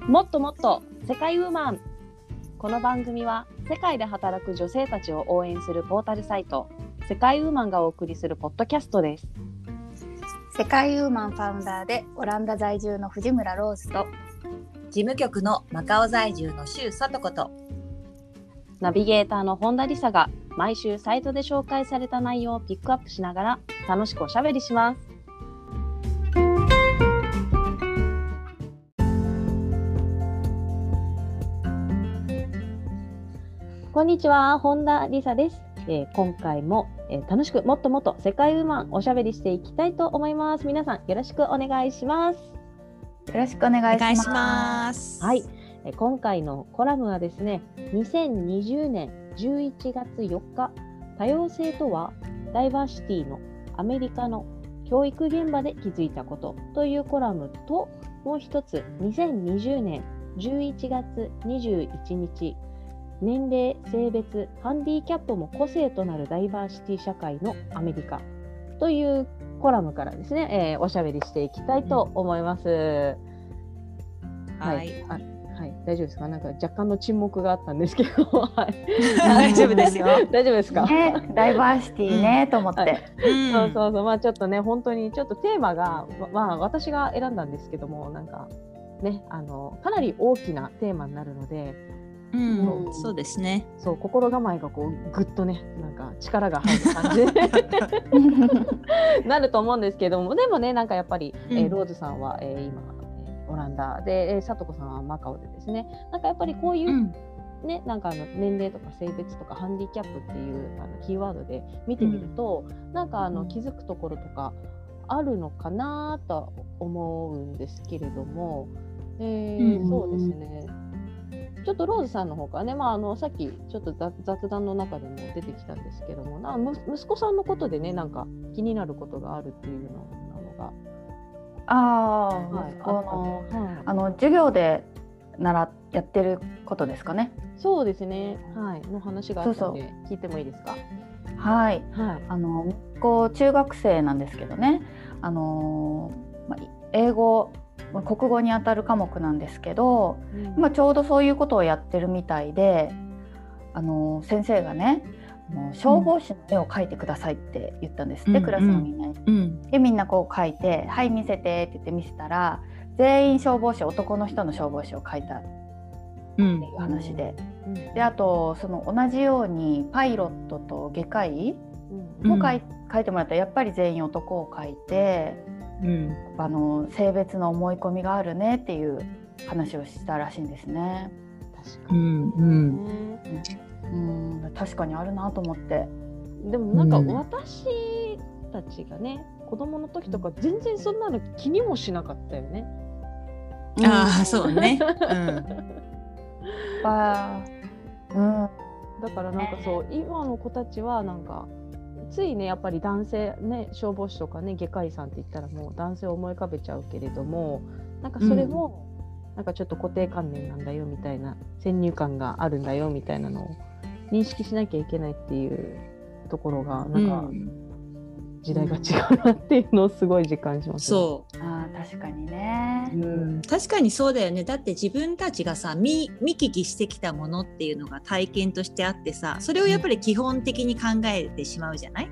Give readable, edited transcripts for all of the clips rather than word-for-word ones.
もっともっと世界ウーマン。この番組は世界で働く女性たちを応援するポータルサイト世界ウーマンがお送りするポッドキャストです。 世界ウーマンファウンダーでオランダ在住の藤村ローズと事務局のマカオ在住の周さとことナビゲーターの本田理沙が毎週サイトで紹介された内容をピックアップしながら楽しくおしゃべりします。こんにちは、本田理沙です。今回も、楽しくもっともっと世界ウーマンおしゃべりしていきたいと思います。皆さんよろしくお願いします。 よろしくお願いします。 はい、今回のコラムはですね、2020年11月4日、多様性とはダイバーシティのアメリカの教育現場で気づいたことというコラムと、もう一つ2020年11月21日、年齢、性別、ハンディキャップも個性となるダイバーシティ社会のアメリカというコラムからですね、おしゃべりしていきたいと思います。はい、はい、大丈夫ですか？なんか若干の沈黙があったんですけど、はい、 大丈夫ですよ。 大丈夫ですか？ ダイバーシティね、と思って。 そうそうそう、まあちょっとね、本当にちょっとテーマが、まあ私が選んだんですけども、なんかね、かなり大きなテーマになるので。 そうですね。 そう、心構えがこうぐっとね、なんか力が入る感じなると思うんですけども、でもね、なんかやっぱり、ローズさんは、今、オランダで、さとこさんはマカオでですね、なんかやっぱりこういう、ね、なんか年齢とか性別とかハンディキャップっていうキーワードで見てみると、なんか気づくところとかあるのかなと思うんですけれども、そうですね。ちょっとローズさんの方からね、さっきちょっと雑談の中でも出てきたんですけども、息子さんのことでね、なんか気になることがあるっていうのが、 息子の、授業でやってることですかね。 そうですね、はい、の話があったので聞いてもいいですか？ はい、息子中学生なんですけどね、英語国語にあたる科目なんですけど、今ちょうどそういうことをやってるみたいで、先生がね、消防士の絵を描いてくださいって言ったんですって、クラスのみんなに。でみんなこう描いて、はい見せてって言って見せたら、全員消防士、男の人の消防士を描いたっていう話で、であとその同じようにパイロットと外科医も描いてもらったら、やっぱり全員男を描いて、性別の思い込みがあるねっていう話をしたらしいんですね。 確かに、 確かにあるなと思って。 でもなんか私たちがね、子供の時とか全然そんなの気にもしなかったよね。 そうね。 だからなんかそう、今の子たちはなんかついね、やっぱり男性ね、消防士とかね、外科医さんって言ったらもう男性を思い浮かべちゃうけれども、なんかそれも、なんかちょっと固定観念なんだよみたいな、先入観があるんだよみたいなのを認識しなきゃいけないっていうところが、なんか時代が違うなっていうのをすごい実感します、ね。 そう。 確かにね、 確かにそうだよね。だって自分たちがさ、見聞きしてきたものっていうのが体験としてあってさ、それをやっぱり基本的に考えてしまうじゃない？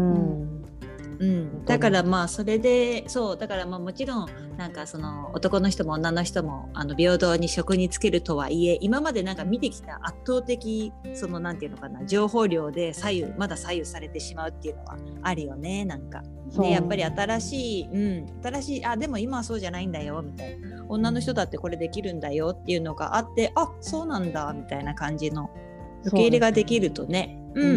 だからまあそれで、そうだからまあもちろんなんかその男の人も女の人も平等に職に就けるとはいえ、今までなんか見てきた圧倒的そのなんていうのかな、情報量でまだ左右されてしまうっていうのはあるよね。なんかでやっぱり新しいでも今はそうじゃないんだよみたいな、女の人だってこれできるんだよっていうのがあって、そうなんだみたいな感じの受け入れができるとね。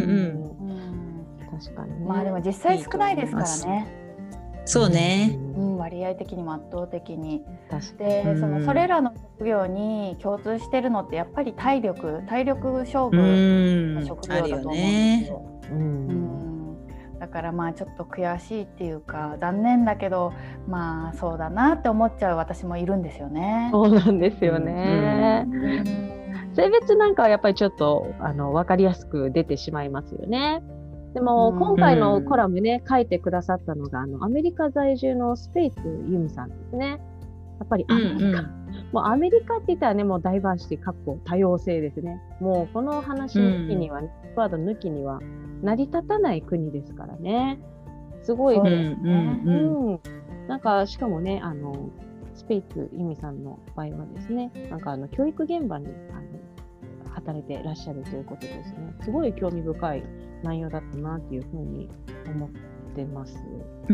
確かにね。 でも実際少ないですからね。 そうね、 割合的にも圧倒的に。でそれらの職業に共通してるのってやっぱり体力勝負の職業だと思うんですよ。だからちょっと悔しいっていうか残念だけど、そうだなって思っちゃう私もいるんですよね。 そうなんですよね。性別なんかはやっぱりちょっと分かりやすく出てしまいますよね。でも今回のコラムね、書いてくださったのがアメリカ在住のスペイツユミさんですね。やっぱりアメリカ、 もうアメリカって言ったらね、もうダイバーシティ、多様性ですね。もうこの話抜きには、ワード抜きには成り立たない国ですからね。すごいですね。なんかしかもね、スペイツユミさんの場合はですね、なんか教育現場に働いていらっしゃるということですね。すごい興味深い内容だったなっていうふうに思ってます。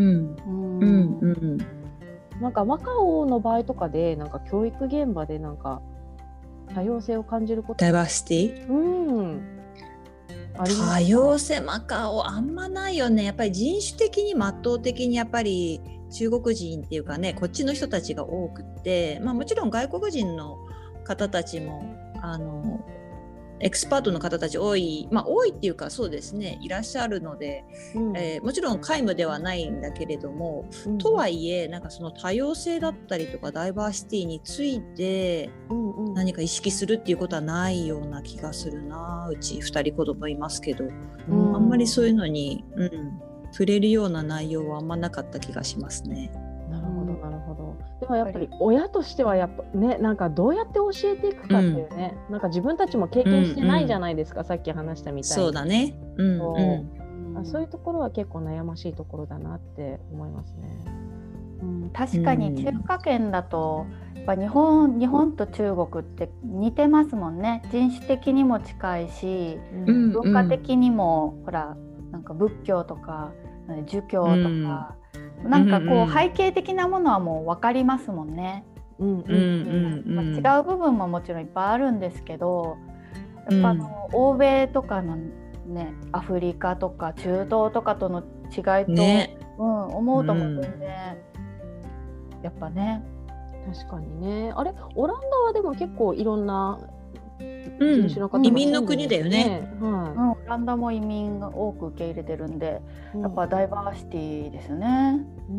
なんかマカオの場合とかで、なんか教育現場でなんか多様性を感じること、 ダイバーシティ、多様性マカオあんまないよね。やっぱり人種的にも圧倒的にやっぱり中国人っていうかね、こっちの人たちが多くて、もちろん外国人の方たちもエクスパートの方たち多い、多いっていうかそうですね、いらっしゃるので、もちろん皆無ではないんだけれども、とはいえなんかその多様性だったりとかダイバーシティについて何か意識するっていうことはないような気がするな。うち2人子供いますけど、あんまりそういうのに、触れるような内容はあんまなかった気がしますね。 なるほどなるほど。でもやっぱり親としてはやっぱね、なんかどうやって教えていくかっていうね、なんか自分たちも経験してないじゃないですか、さっき話したみたいに。 そうだね。 そういうところは結構悩ましいところだなって思いますね。 確かに中華圏だとやっぱ日本と中国って似てますもんね。人種的にも近いし、文化的にもほらなんか仏教とか儒教とか、なんかこう背景的なものはもう分かりますもんね。違う部分ももちろんいっぱいあるんですけど、やっぱ欧米とかのね、アフリカとか中東とかとの違いと、 ね、 思うとも全然、やっぱね。 確かにね。あれ、オランダはでも結構いろんな人種の方が、 移民の国だよね。 オランダも移民が多く受け入れてるんで、やっぱダイバーシティですよね。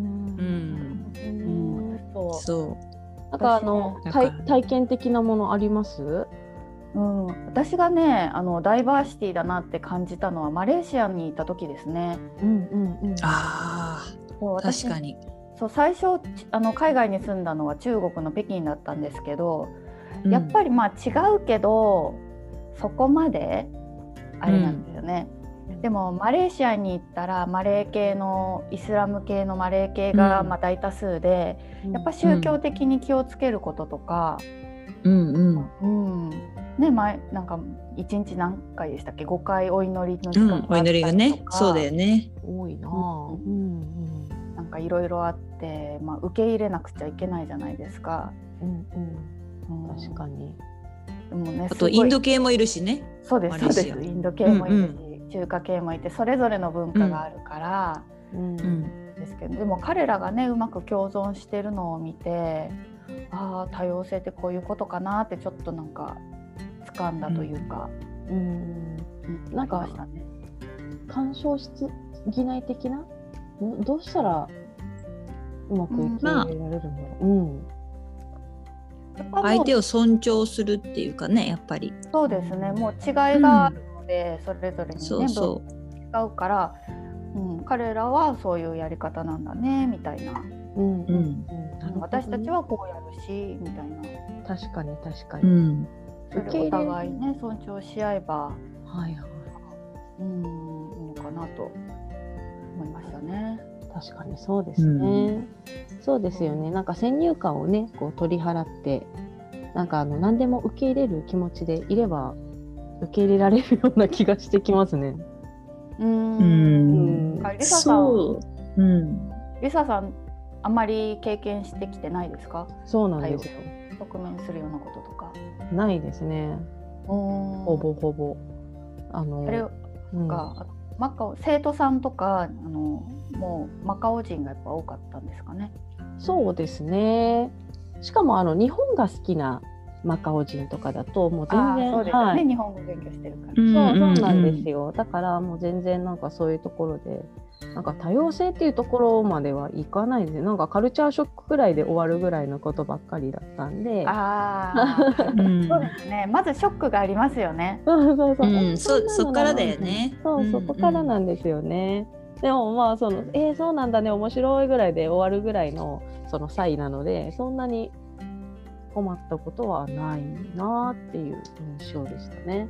そう。なんか体験的なものあります？ 私がねダイバーシティだなって感じたのはマレーシアにいた時ですね。 確かに。 そう、最初海外に住んだのは中国の北京だったんですけど、やっぱり違うけどそこまであれなんですよね。でもマレーシアに行ったらマレー系のイスラム系のマレー系が大多数で、やっぱ宗教的に気をつけることとか、なんか1日何回でしたっけ、5回お祈りの時間があったりとか、 お祈りがね、そうだよね、 多いな。 なんかいろいろあって、受け入れなくちゃいけないじゃないですか。 確かに。 でもね、 あとインド系もいるしね。 そうですそうです。インド系もいるし、中華系もいて、それぞれの文化があるから、ですけど、でも彼らがねうまく共存してるのを見て、多様性ってこういうことかなってちょっとなんか掴んだというか、 なんか干渉しすぎない的な、どうしたらうまく受け入れられるんだろう。 相手を尊重するっていうかね、やっぱりそうですね。もう違いがあるので、それぞれにね違うから、彼らはそういうやり方なんだねみたいな、私たちはこうやるしみたいな。 確かに確かに、 お互いね尊重し合えば、いいのかなと思いましたね。 確かにそうですね。そうですよね。なんか先入観をねこう取り払って、なんか何でも受け入れる気持ちでいれば受け入れられるような気がしてきますね。 リサさんあんまり経験してきてないですか？ そうなんですよ。 直面するようなこととかないですね。ほぼほぼ。 あれがマカオ生徒さんとかもうマカオ人がやっぱ多かったんですかね？ そうですね。しかも日本が好きなマカオ人とかだともう全然、 そうですよね、日本語勉強してるから、 そうなんですよ。だからもう全然なんかそういうところでなんか多様性っていうところまではいかないで、なんかカルチャーショックくらいで終わるぐらいのことばっかりだったんで。 そうですね。まずショックがありますよね。 そっからだよね。 そこからなんですよね。でもそうなんだね面白いぐらいで終わるぐらいのその際なので、そんなに困ったことはないなっていう印象でしたね。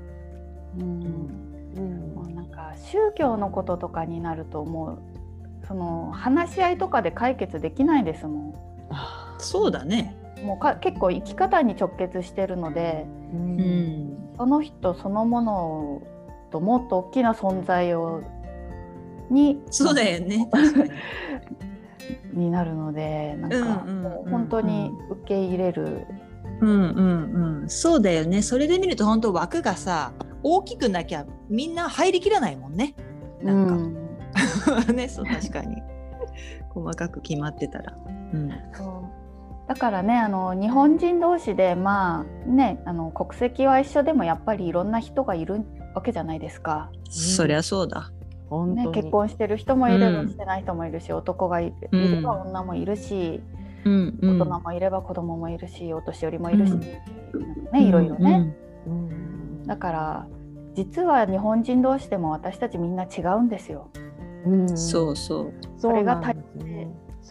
もうなんか宗教のこととかになるともうその話し合いとかで解決できないですもん。 そうだね。 もう結構生き方に直結してるので、その人そのものともっと大きな存在にそうだよね、確かにになるので、なんかもう本当に受け入れる。 そうだよね。それで見ると本当枠がさ大きくなきゃみんな入りきらないもんね。なんか、ね、そう確かに細かく決まってたら。 そうだからね、日本人同士でまあね、国籍は一緒でもやっぱりいろんな人がいるわけじゃないですか。 そりゃそうだ。 ね、結婚してる人もいればしてない人もいるし、男がいれば女もいるし、大人もいれば子供もいるし、お年寄りもいるし、ね、いろいろね。だから実は日本人同士でも私たちみんな違うんですよ。 そうそう。 それが大切。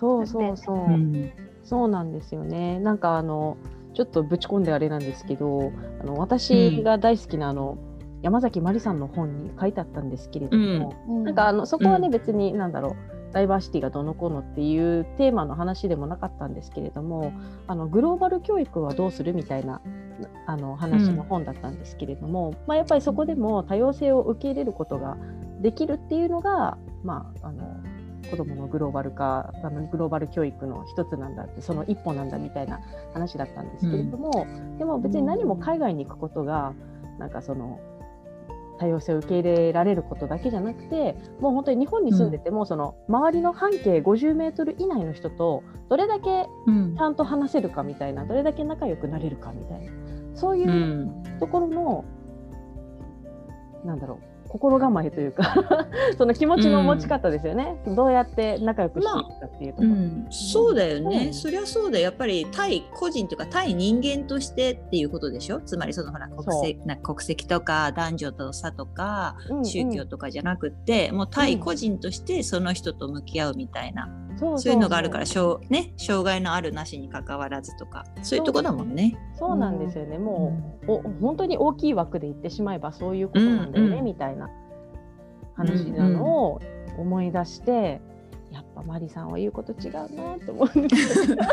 そうなんですよね。なんかちょっとぶち込んであれなんですけど、私が大好きな山崎まりさんの本に書いてあったんですけれども、なんかそこはね、別に何だろう、ダイバーシティがどのこうのっていうテーマの話でもなかったんですけれども、グローバル教育はどうするみたいな話の本だったんですけれども、やっぱりそこでも多様性を受け入れることができるっていうのが、子どものグローバル化、グローバル教育の一つなんだって、その一歩なんだみたいな話だったんですけれども、でも別に何も海外に行くことがなんかその多様性を受け入れられることだけじゃなくて、もう本当に日本に住んでても、その周りの半径50メートル以内の人とどれだけちゃんと話せるかみたいな、どれだけ仲良くなれるかみたいな、そういうところの、なんだろう、心構えというかその気持ちの持ち方ですよね、どうやって仲良くしていくかっていうところ、 そうだよね、そりゃそうだよ。やっぱり対個人というか対人間としてっていうことでしょ。つまりそのほら国籍とか男女と差とか宗教とかじゃなくって、もう対個人としてその人と向き合うみたいな、そういうのがあるから、障害のあるなしに関わらずとか、そういうとこだもんね。 そうなんですよね。もう本当に大きい枠で言ってしまえばそういうことなんだよね、みたいな話なのを思い出して、やっぱマリさんは言うこと違うなと思うんですけど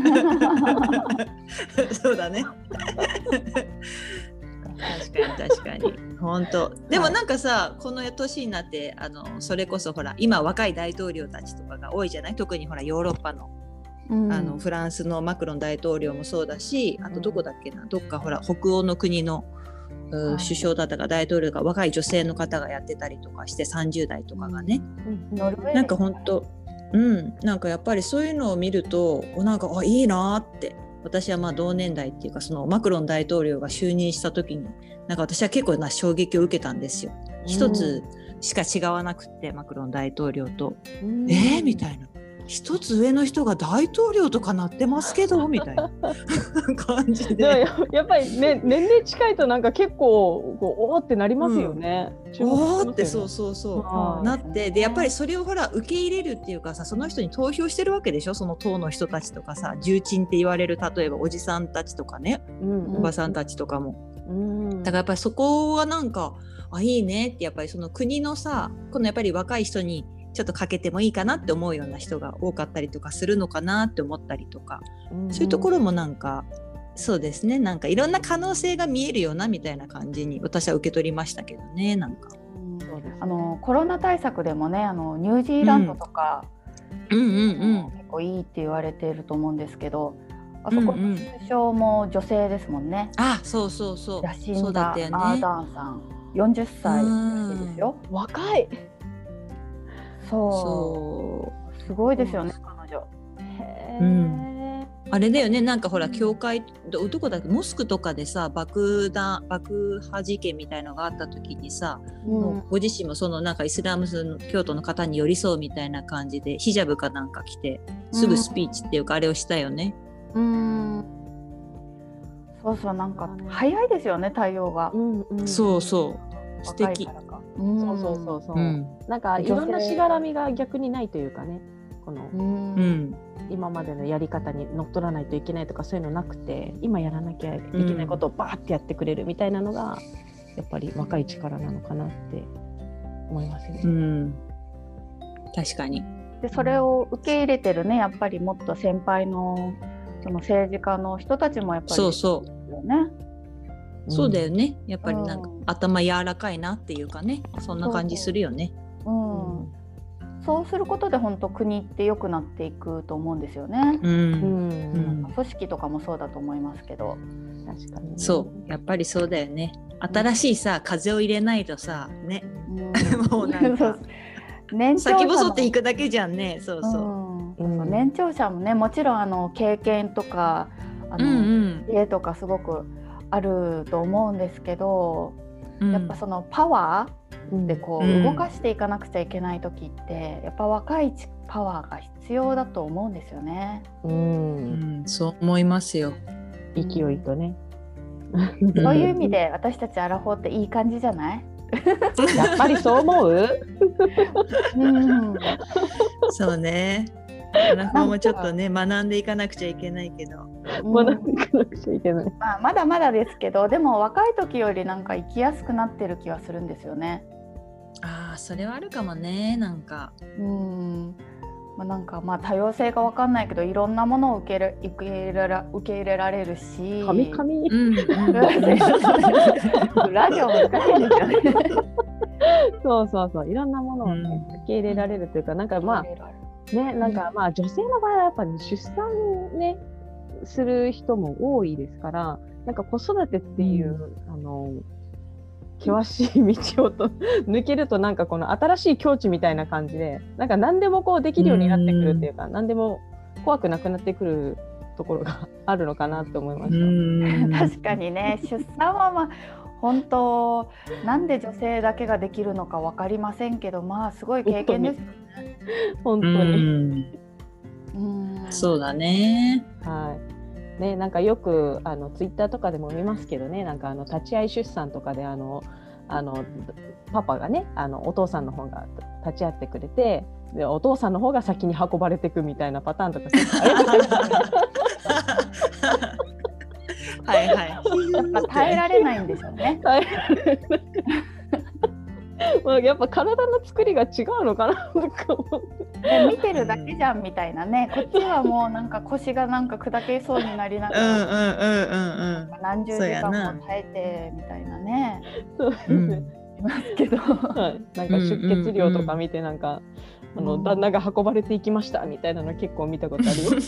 そうだね確かに本当。でもなんかさ、この年になってそれこそほら今若い大統領たちとかが多いじゃない。特にほらヨーロッパのフランスのマクロン大統領もそうだし、あとどこだっけな、どっかほら北欧の国の首相だったか大統領が若い女性の方がやってたりとかして30代とかがね、なんか本当なんかやっぱりそういうのを見るとなんかいいなって。私はまあ同年代っていうか、そのマクロン大統領が就任した時になんか私は結構な衝撃を受けたんですよ。一つしか違わなくってマクロン大統領とみたいな、一つ上の人が大統領とかなってますけどみたいな感じでやっぱり、ね、年齢近いとなんか結構おーってなりますよね。 おーってそうなって、でやっぱりそれをほら受け入れるっていうかさ、その人に投票してるわけでしょ。その党の人たちとかさ、重鎮って言われる例えばおじさんたちとかね、おばさんたちとかも、だからやっぱりそこはなんかいいねって、やっぱりその国のさ、このやっぱり若い人にちょっとかけてもいいかなって思うような人が多かったりとかするのかなって思ったりとか、そういうところもなんかそうですね、なんかいろんな可能性が見えるよなみたいな感じに私は受け取りましたけどね。なんかコロナ対策でもね、ニュージーランドとか、結構いいって言われていると思うんですけど、あそこの首相も女性ですもんね。 そうヤシンダ・アーダーンさん、40歳らしいですよ。 若い。 そうすごいですよね、彼女。あれだよね、なんかほら教会どこだっけ、モスクとかでさ爆破事件みたいのがあった時にさ、もうご自身もそのなんかイスラム教徒の方に寄り添うみたいな感じでヒジャブかなんか着てすぐスピーチっていうかあれをしたよね。 そうなんか早いですよね、対応が。 そう素敵。 そうなんかいろんなしがらみが逆にないというかね。 この、 うん今までのやり方にのっとらないといけないとかそういうのなくて、今やらなきゃいけないことをバーってやってくれるみたいなのがやっぱり若い力なのかなって思いますね。 うん、確かに。 でそれを受け入れてるね、やっぱりもっと先輩のその政治家の人たちもやっぱりそうそうよね。 そうだよね。やっぱりなんか頭柔らかいなっていうかね、そんな感じするよね。 そうすることで本当国って良くなっていくと思うんですよね。組織とかもそうだと思いますけど。 確かに、 そうやっぱりそうだよね。新しいさ風を入れないとさね、もうなんか先細っていくだけじゃんね。そうそう。 年長者もね、もちろん経験とか家とかすごくあると思うんですけど、やっぱそのパワーでこう動かしていかなくちゃいけない時ってやっぱ若いパワーが必要だと思うんですよね。 そう思いますよ。 勢いとね。 そういう意味で私たちアラフォーっていい感じじゃない？ やっぱりそう思う？ そうね。アラフォーもちょっとね学んでいかなくちゃいけないけど。 学んでいかなくちゃいけない。 まだまだですけど、でも若い時よりなんか生きやすくなってる気はするんですよね。 ああ、それはあるかもね。なんか。 なんか多様性が分かんないけどいろんなものを受け入れられるし、 神々 ラジオ難しいんですよね。 そういろんなものを、ね受け入れられるというか、なんかね、なんか女性の場合はやっぱり、出産ねする人も多いですから、なんか子育てっていう、険しい道を抜けると、なんかこの新しい境地みたいな感じで、なんか何でもこうできるようになってくるっていうか、何でも怖くなくなってくるところがあるのかなと思いました。確かにね、出産は本当なんで女性だけができるのか分かりませんけど、すごい経験ですよね。 本当に。 そうだね。 ね、なんかよくツイッターとかでも見ますけどね、なんか立ち会い出産とかでパパがねお父さんの方が立ち会ってくれて、でお父さんの方が先に運ばれていくみたいなパターンとかはいはい。 耐えられないんでしょうね。 やっぱ体の作りが違うのかなとか思って。 見てるだけじゃんみたいなね。こっちはもうなんか腰がなんか砕けそうになりながら何十時間も耐えてみたいなね。 そうですね。 いますけど、 なんか出血量とか見て、なんか旦那が運ばれていきましたみたいなの結構見たことあります。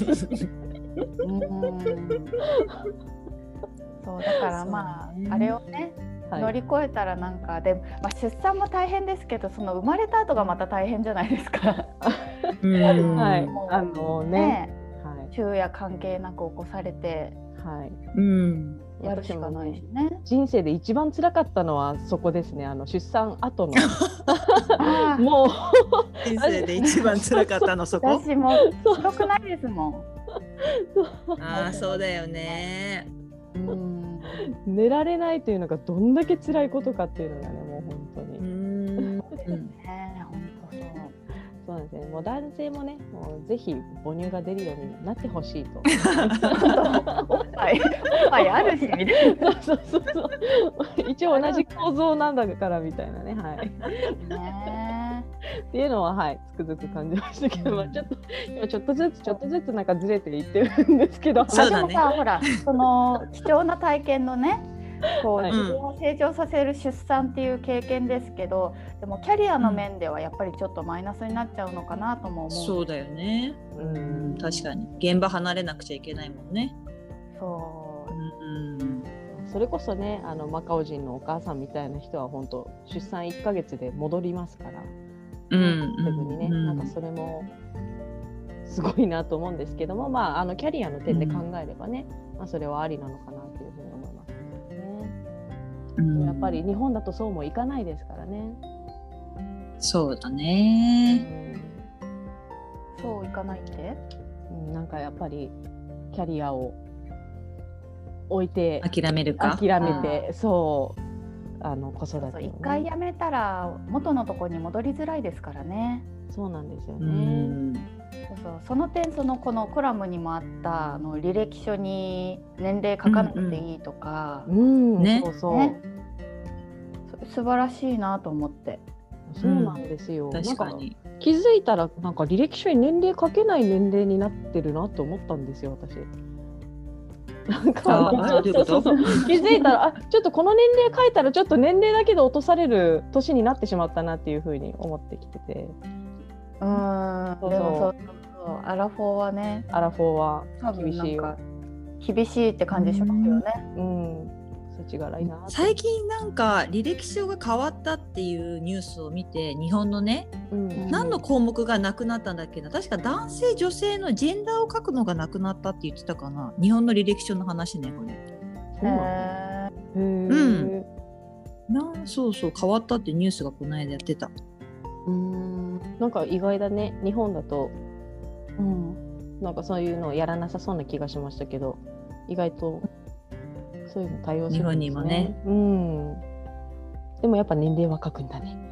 そうだからあれをね乗り越えたらなんかで、出産も大変ですけど、その生まれた後がまた大変じゃないですか。昼夜関係なく起こされて、やるしかないしね。 人生で一番辛かったのはそこですね。出産後のもう人生で一番辛かったのそこ。 私もひどくないですもん。 そうだよね。 寝られないというのがどんだけ辛いことかっていうのがね、もう本当に。そうなんですね。もう男性もね、もうぜひ母乳が出るようになってほしいと。 おっぱいあるしみたいな。 そう一応同じ構造なんだからみたいなね。っていうのはつくづく感じましたけど、ちょっとずつなんかずれていってるんですけど。 でもさ、ほらその貴重な体験のね。自分を成長させる出産っていう経験ですけど、でもキャリアの面ではやっぱりちょっとマイナスになっちゃうのかなとも思う。 そうだよね。確かに現場離れなくちゃいけないもんね。 それこそね、マカオ人のお母さんみたいな人は本当出産1ヶ月で戻りますから、すぐにね、なんかそれもすごいなと思うんですけども、キャリアの点で考えればね、それはありなのかなっていうふうに思います。やっぱり日本だとそうもいかないですからね。 そうだね。 そういかないって？ なんかやっぱりキャリアを置いて諦めて子育てを一回やめたら元のところに戻りづらいですからね。 そうなんですよね。 その点このコラムにもあった履歴書に年齢書かなくていいとか、 ね、そうそう、ね、 素晴らしいなと思って。 そうなんですよ、 確かに気づいたらなんか履歴書に年齢書けない年齢になってるなと思ったんですよ私。なんか気づいたらちょっとこの年齢書いたらちょっと年齢だけで落とされる年になってしまったなっていうふうに思ってきてて。 でもそうアラフォーはね、 アラフォーは厳しいよ。 厳しいって感じしますよね。 世知辛いな。 最近なんか履歴書が変わったっていうニュースを見て、日本のね、何の項目がなくなったんだっけな、確か男性女性のジェンダーを書くのがなくなったって言ってたかな、日本の履歴書の話ね、これ。そうそう変わったってニュースがこの間やってた。 なんか意外だね、日本だと、なんかそういうのをやらなさそうな気がしましたけど、意外とそういうの対応するんですね。日本にもね。でもやっぱ年齢は書くんだね。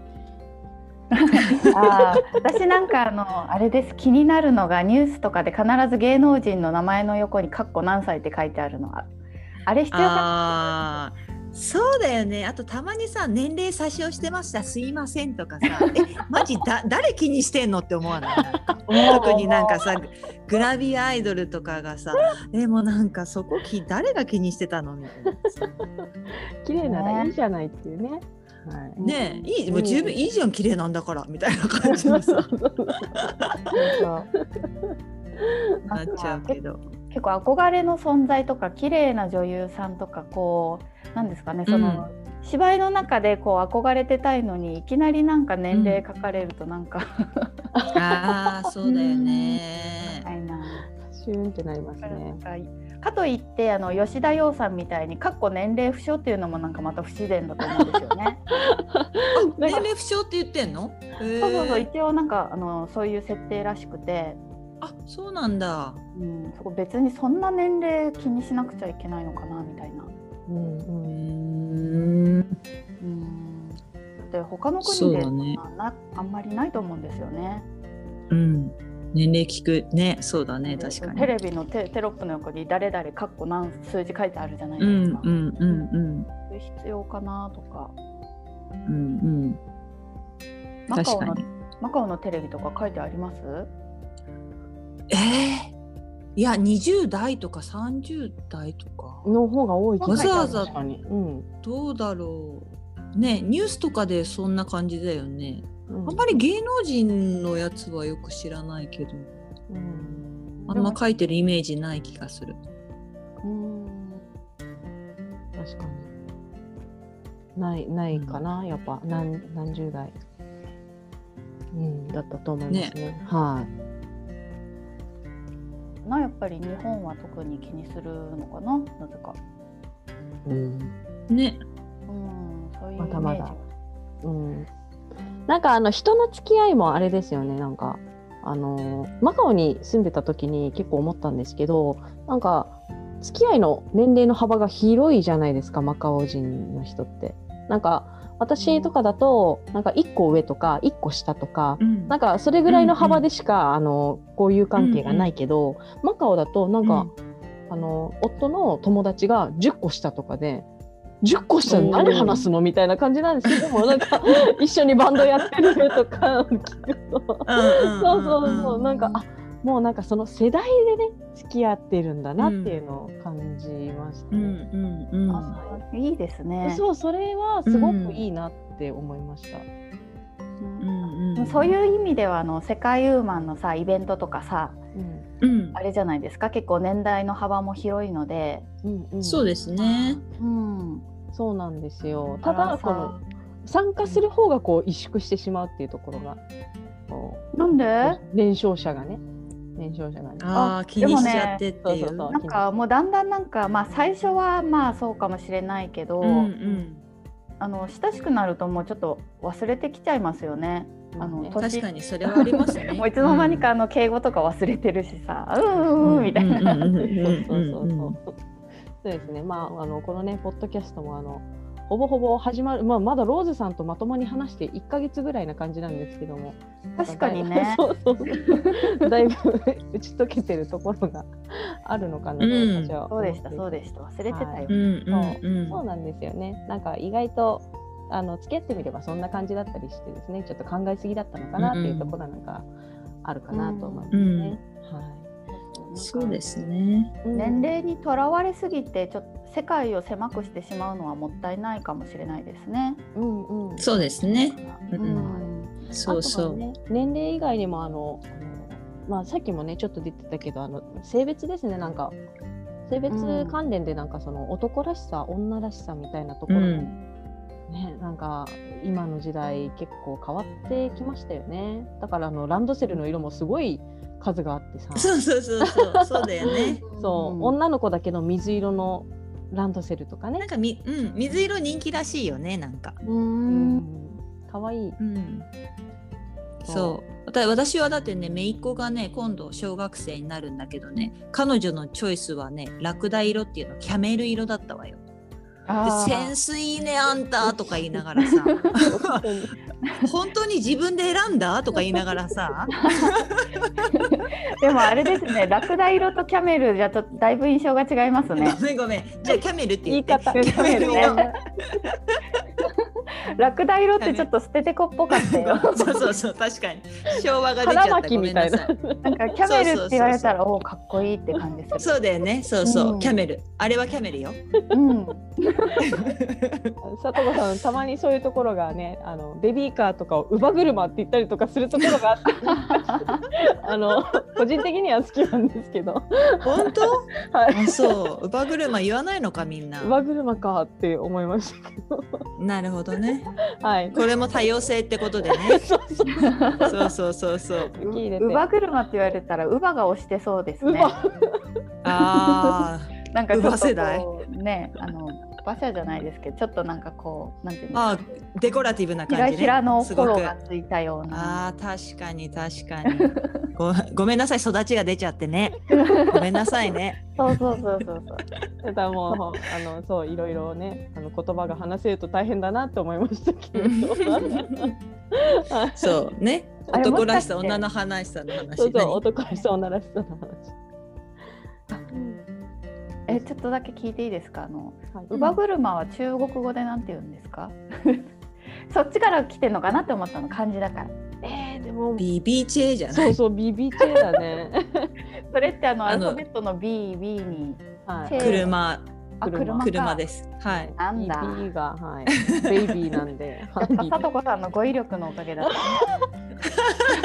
私なんかあれです、気になるのがニュースとかで必ず芸能人の名前の横にカッコ何歳って書いてあるのはあれ必要か。 そうだよね。あとたまにさ、年齢詐称してましたすいませんとかさマジ誰気にしてんのって思わない特になんかさグラビアアイドルとかがさもうなんかそこ誰が気にしてたのみたいな綺麗ならいいじゃないっていうね。 ねえ、いい、もう十分いいじゃん、綺麗なんだからみたいな感じのさなっちゃうけど、 結構憧れの存在とか綺麗な女優さんとかこうなんですかね、芝居の中でこう憧れてたいのにいきなりなんか年齢書かれるとなんかそうだよねシューンってなりますね。 かといって吉田羊さんみたいにかっこ年齢不詳っていうのもなんかまた不自然だと思うんですよね。 年齢不詳って言ってんの？ そう一応なんかそういう設定らしくて。 そうなんだ。 そこ別にそんな年齢気にしなくちゃいけないのかなみたいな。で他の国で、あんまりないと思うんですよね。 年齢聞くね。そうだね、確かに。 テレビのテロップの横に誰々かっこ何数字書いてあるじゃないですか。必要かなとか。 確かに。 マカオのテレビとか書いてあります？ いや20代とか30代とかの方が多い。 わざわざどうだろうね、ニュースとかでそんな感じだよね。あんまり芸能人のやつはよく知らないけど、あんま書いてるイメージない気がする。 確かにないかな、やっぱ何十代、だったと思いますね。 やっぱり日本は特に気にするのかな、なぜか。 ね。 そういうイメージ。 まだまだ。なんか人の付き合いもあれですよね。なんかマカオに住んでた時に結構思ったんですけど、なんか付き合いの年齢の幅が広いじゃないですか、マカオ人の人って。なんか私とかだとなんか1個上とか1個下とか、なんかそれぐらいの幅でしか交友関係がないけど、マカオだとなんか、夫の友達が10個下とかで、10個下で何話すのみたいな感じなんですけども、なんか一緒にバンドやってるとか聞くとそうなんかもうなんかその世代でね付き合ってるんだなっていうのを感じましたね。 いいですね。 それはすごくいいなって思いました。 そういう意味では世界ウーマンのさイベントとかさ、あれじゃないですか、結構年代の幅も広いので。 そうですね。 そうなんですよ。ただこの参加する方がこう萎縮してしまうっていうところが、 なんで年少者がね気にしちゃってっていう。 なんかもうだんだんなんか最初はそうかもしれないけど、親しくなるともうちょっと忘れてきちゃいますよね。 確かにそれはありますね。 もういつの間にか敬語とか忘れてるしさ、みたいな。 そうですね。このねポッドキャストもほぼほぼ始まる、まだローズさんとまともに話して1ヶ月ぐらいな感じなんですけども、 確かにねそうだいぶ打ち解けてるところがあるのかなと私はそうでした忘れてたよ、 そうなんですよね。なんか意外と付き合ってみればそんな感じだったりしてですね、ちょっと考えすぎだったのかなっていうところなんかあるかなと思いますね。 そうですね。 年齢にとらわれすぎてちょっと世界を狭くしてしまうのはもったいないかもしれないですね。 そうですね。そうそう。 年齢以外にもさっきもねちょっと出てたけど性別ですね。なんか性別関連でなんかその男らしさ女らしさみたいなところも、ね、なんか今の時代結構変わってきましたよね。だからランドセルの色もすごい数があってさ、 そうだよね。 そう女の子だけの水色のランドセルとかね。 なんか水色人気らしいよね。なんかかわいい。 そう私はだってね姪っ子がね今度小学生になるんだけどね、彼女のチョイスはねラクダ色っていうのキャメル色だったわよ。でセンスいいねあんたとか言いながらさ本当に自分で選んだとか言いながらさでもあれですね、ラクダ色とキャメルじゃちょっとだいぶ印象が違いますね。 ごめんじゃあキャメルって言って。 言い方キャメル色ラクダ色ってちょっと捨ててこっぽかったよ。 そう確かに昭和が出ちゃった。ごめんなさい。 なんかキャメルって言われたらかっこいいって感じする。 そうだよね。キャメルあれはキャメルよ。 さとこさんたまにそういうところがねベビーカーとかを乳母車って言ったりとかするところがあって個人的には好きなんですけど。 本当？ はい。 そう乳母車言わないのかみんな。 乳母車かって思いましたけど。 なるほどね。 はい。 これも多様性ってことでね。そう。 乳母車って言われたら乳母が押してそうですね。なんかちょっと世代ね馬車じゃないですけどちょっとなんかこうなんていうんですか、 デコラティブな感じね。 ひらのフォローがついたような。 確かにごめんなさい育ちが出ちゃってね。ごめんなさいね。 そうただもうそういろいろね言葉が話せると大変だなって思いましたけど。 そうね。男らしさ女の話さの話。 そう男らしさ女らしさの話。 ちょっとだけ聞いていいですか。乳母車は中国語でなんて言うんですか？そっちから来てんのかなって思ったの漢字だから。 でも BBJ じゃない？ そう BBJ だね。 それってアルファベットの B に車です。はい。 なんだ。 BB がベイビーなんで。 さとこさんの語彙力のおかげだった。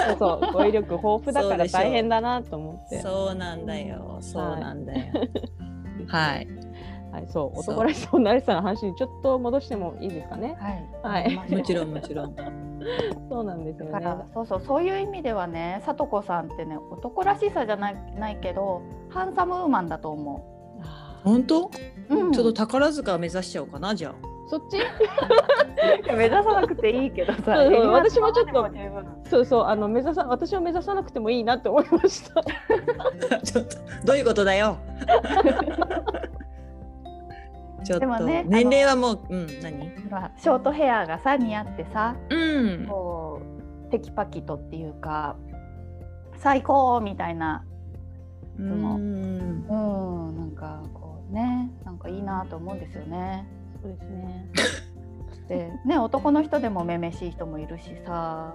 そう語彙力豊富だから大変だなと思って。 そうなんだよ。はい。 そう男らしさ女らしさの話にちょっと戻してもいいですかね。 はい。 もちろん。 そうなんですよね。 だからそういう意味ではね、さとこさんってね男らしさじゃないけどハンサムウーマンだと思う。本当？ちょっと宝塚目指しちゃおうかなじゃあ。 そっち？ 目指さなくていいけどさ。 私もちょっと私を目指さなくてもいいなって思いました。 ちょっとどういうことだよ。ちょっと、ね、年齢はもう何？ ショートヘアがさ似合ってさ、こうテキパキとっていうか最高みたいななんかこうねなんかいいなと思うんですよね。 そうですね。 でね男の人でもめめしい人もいるしさ、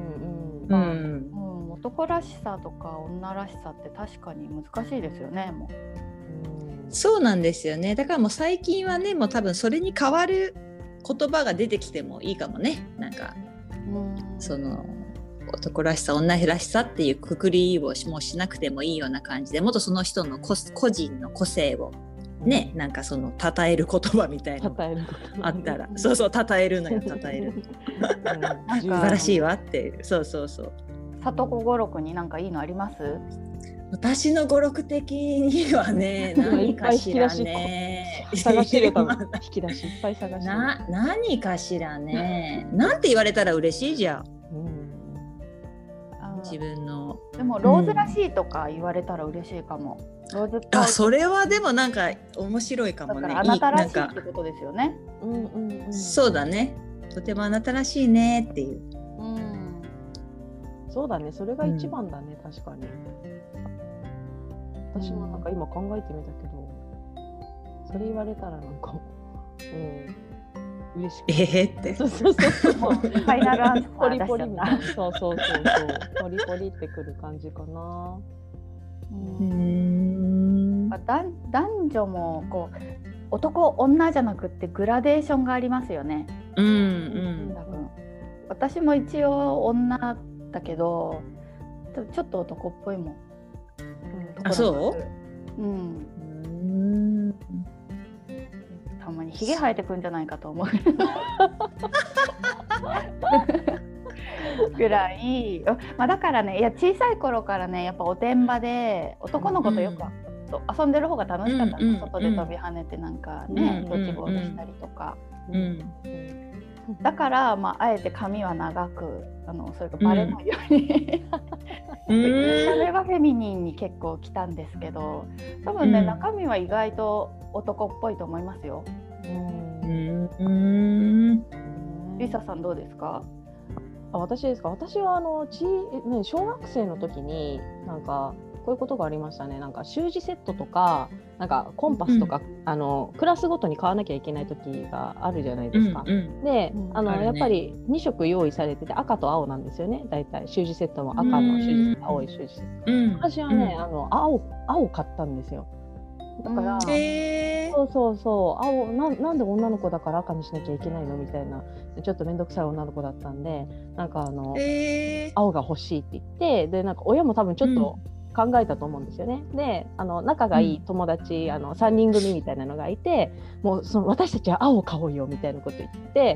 男らしさとか女らしさって確かに難しいですよね。もう。 そうなんですよね。だからもう最近はねもう多分それに代わる言葉が出てきてもいいかもね。なんかその男らしさ女らしさっていうくくりをもうしなくてもいいような感じでもっとその人の個人の個性をね、なんかその称える言葉みたいなのあったらそう称えるのよ称える素晴らしいわってそう里子語録になんかいいのあります？ 私の語録的にはね何かしらね探してる多分引き出しいっぱい探してる何かしらねなんて言われたら嬉しいじゃん、 自分の。 でもローズらしいとか言われたら嬉しいかも。ローズっぽい。 それはでもなんか面白いかもね。 だからあなたらしいってことですよね。 そうだね。とてもあなたらしいねっていう。 そうだね、それが一番だね、確かに。私もなんか今考えてみたけど、それ言われたらなんか、嬉しくて。 って。 そう。 ファイナルアンサーポリポリみたいな。そう。ポリポリってくる感じかな。 男女もこう男女じゃなくってグラデーションがありますよね。多分私も一応女だけどちょっと男っぽいもん。 そう？ たまにひげ生えてくんじゃないかと思うぐらい、だからね、いや小さい頃からねやっぱおてんばで男の子とよく遊んでる方が楽しかったの、外で飛び跳ねてなんかね、ドッジボールしたりとか、だからあえて髪は長くそれがバレないように、それがフェミニンに結構来たんですけど、多分ね、中身は意外と男っぽいと思いますよ。リサさんどうですか？ 私ですか？私は小学生の時になんかこういうことがありましたね。なんか習字セットとかなんかコンパスとか、クラスごとに買わなきゃいけない時があるじゃないですか。で、やっぱり2色用意されてて赤と青なんですよね。だいたい習字セットも赤の習字セット、青い習字セット。私はね、青買ったんですよ。だから、そう青なんで女の子だから赤にしなきゃいけないのみたいなちょっと面倒くさい女の子だったんで、なんか青が欲しいって言って、でなんか親も多分ちょっと考えたと思うんですよね。で仲がいい友達、3人組みたいなのがいて、もう私たちは青を買おうよみたいなこと言って、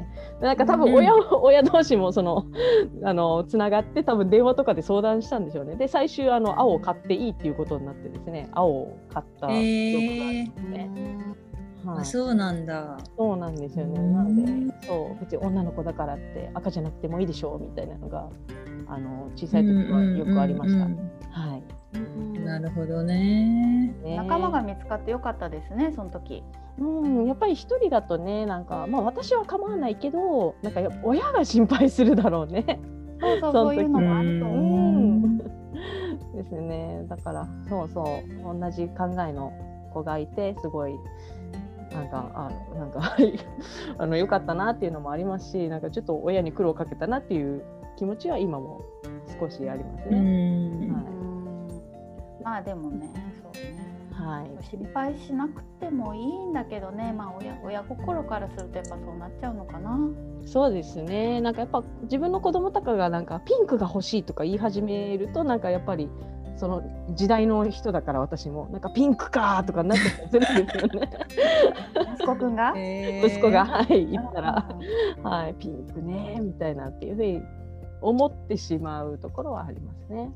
なんか多分親同士もつながって多分電話とかで相談したんでしょうね。で最終青を買っていいっていうことになってですね、青を買った記憶がありますね。 そうなんだ。 そうなんですよね。なので別に女の子だからって赤じゃなくてもいいでしょうみたいなのが小さい時はよくありました。はい。 なるほどね。 仲間が見つかってよかったですね、その時。 やっぱり一人だとね、なんか私は構わないけど、なんか親が心配するだろうね。 そういうのもあると思う。ですね。だから同じ考えの子がいて、すごいなんか良かったなっていうのもありますし、なんかちょっと親に苦労かけたなっていう気持ちは今も少しありますね。 でもね、そうね、 はい、 心配しなくてもいいんだけどね、親心からするとやっぱそうなっちゃうのかな。 そうですね。なんかやっぱ自分の子供とかがなんかピンクが欲しいとか言い始めると、なんかやっぱりその時代の人だから私もなんかピンクかとかなってたりするんですよね。 息子くんが、 息子が言ったらピンクねみたいなっていうふうに思ってしまうところはありますね。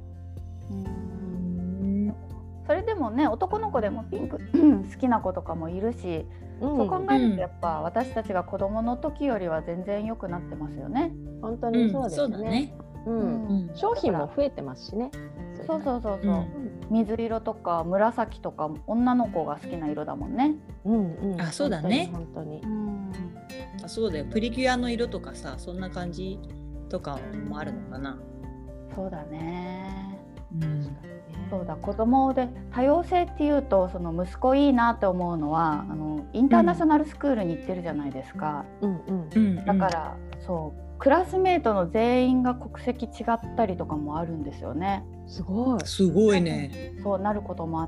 それでもね、男の子でもピンク好きな子とかもいるし、そう考えるとやっぱ私たちが子供の時よりは全然良くなってますよね。 本当にそうですね。商品も増えてますしね。 そう、水色とか紫とか女の子が好きな色だもんね。 そうだね。 本当に。 そうだよ。プリキュアの色とかさ、そんな感じとかもあるのかな。 そうだね。そうだ、子供で多様性っていうと、その息子いいなって思うのはインターナショナルスクールに行ってるじゃないですか。だからクラスメートの全員が国籍違ったりとかもあるんですよね。 すごいね。 そうなることもあって、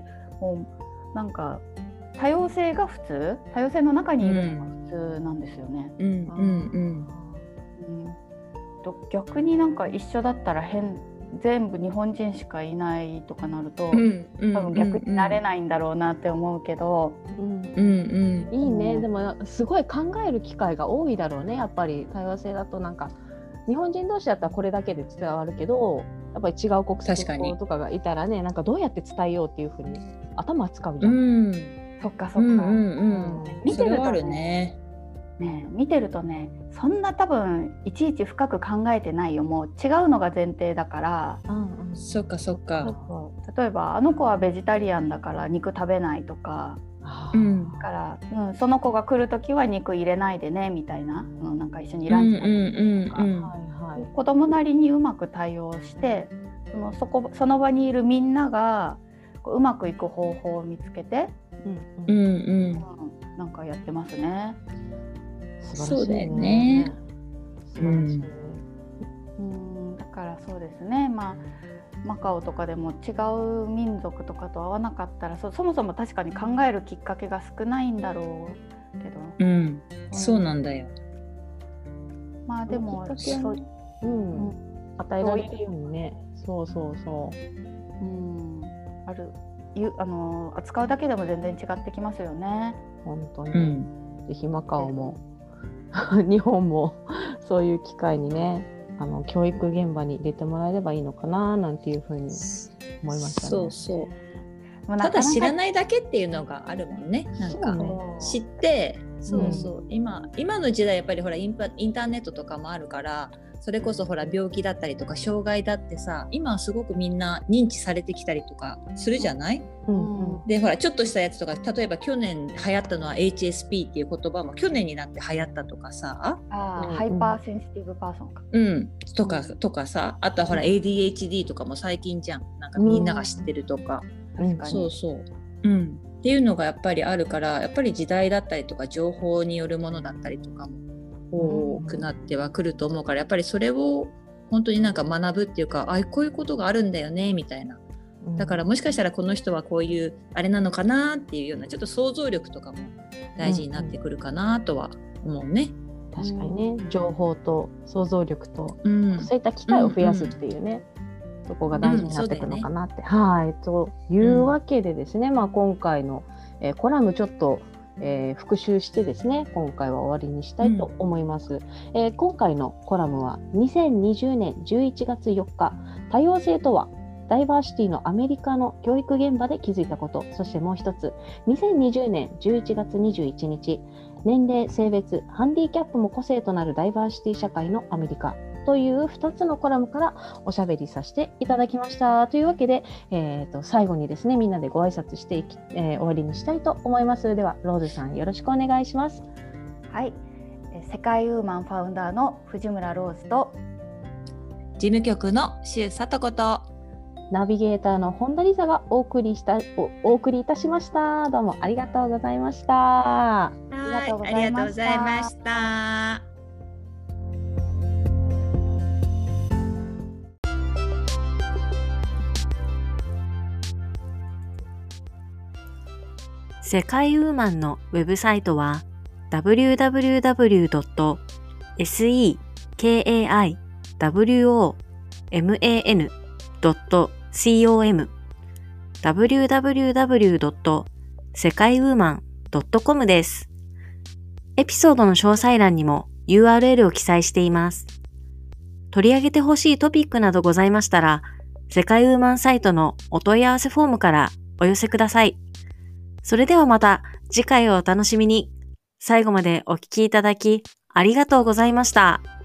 もうなんか多様性が普通、多様性の中にいるのが普通なんですよね。逆になんか一緒だったら全部日本人しかいないとかなると、多分逆になれないんだろうなって思うけど、 いいね。でもすごい考える機会が多いだろうね。やっぱり多様性だとなんか日本人同士だったらこれだけで伝わるけど、やっぱり違う国籍の子とかがいたらね、なんかどうやって伝えようっていうふうに頭使うじゃん。 そっか。 見てるとね。 ね、見てるとね、そんな多分いちいち深く考えてないよ。もう違うのが前提だから、 そっかそっか。 例えばあの子はベジタリアンだから肉食べないとか、だから、その子が来るときは肉入れないでねみたいな、なんか一緒にランチ食べるとか、子供なりにうまく対応して、その場にいるみんながこううまくいく方法を見つけて、なんかやってますね。 そうだよね。 だからそうですね。マカオとかでも違う民族とかと合わなかったら、そもそも確かに考えるきっかけが少ないんだろうけど、 そうなんだよ。 でも与えられるようにね。 扱うだけでも全然違ってきますよね。 本当に、ぜひマカオも日本もそういう機会にね、教育現場に入れてもらえればいいのかななんていうふうに思いましたね。 ただ知らないだけっていうのがあるもんね。なんか知って、今の時代やっぱりほらインターネットとかもあるから、それこそほら病気だったりとか障害だってさ、今はすごくみんな認知されてきたりとかするじゃない？でほらちょっとしたやつとか、例えば去年流行ったのは HSP っていう言葉も去年になって流行ったとかさ、 ハイパーセンシティブパーソンか、 とかさ、あとはほら ADHD とかも最近じゃん、なんかみんなが知ってるとか、っていうのがやっぱりあるから、やっぱり時代だったりとか情報によるものだったりとかも多くなってはくると思うから、やっぱりそれを本当になんか学ぶっていうか、こういうことがあるんだよねみたいな、だからもしかしたらこの人はこういうあれなのかなっていうような、ちょっと想像力とかも大事になってくるかなとは思うね。 確かにね、情報と想像力と、そういった機会を増やすっていうね、とこが大事になってくるのかなって。というわけでですね、今回の、コラムちょっと復習してですね、今回は終わりにしたいと思います。今回のコラムは2020年11月4日、多様性とはダイバーシティのアメリカの教育現場で気づいたこと、そしてもう一つ2020年11月21日、年齢、性別、ハンディキャップも個性となるダイバーシティ社会のアメリカという2つのコラムからおしゃべりさせていただきました。というわけで、最後にですね、みんなでご挨拶して終わりにしたいと思います。ではローズさん、よろしくお願いします。 はい、世界ウーマンファウンダーの藤村ローズと事務局の周里子とナビゲーターの本田理沙がお送りいたしました。どうもありがとうございました。 ありがとうございました。 世界ウーマンのウェブサイトは www.sekaiwoman.com www.sekaiwoman.com です。エピソードの詳細欄にも URL を記載しています。取り上げてほしいトピックなどございましたら、世界ウーマンサイトのお問い合わせフォームからお寄せください。それではまた次回をお楽しみに。最後までお聞きいただきありがとうございました。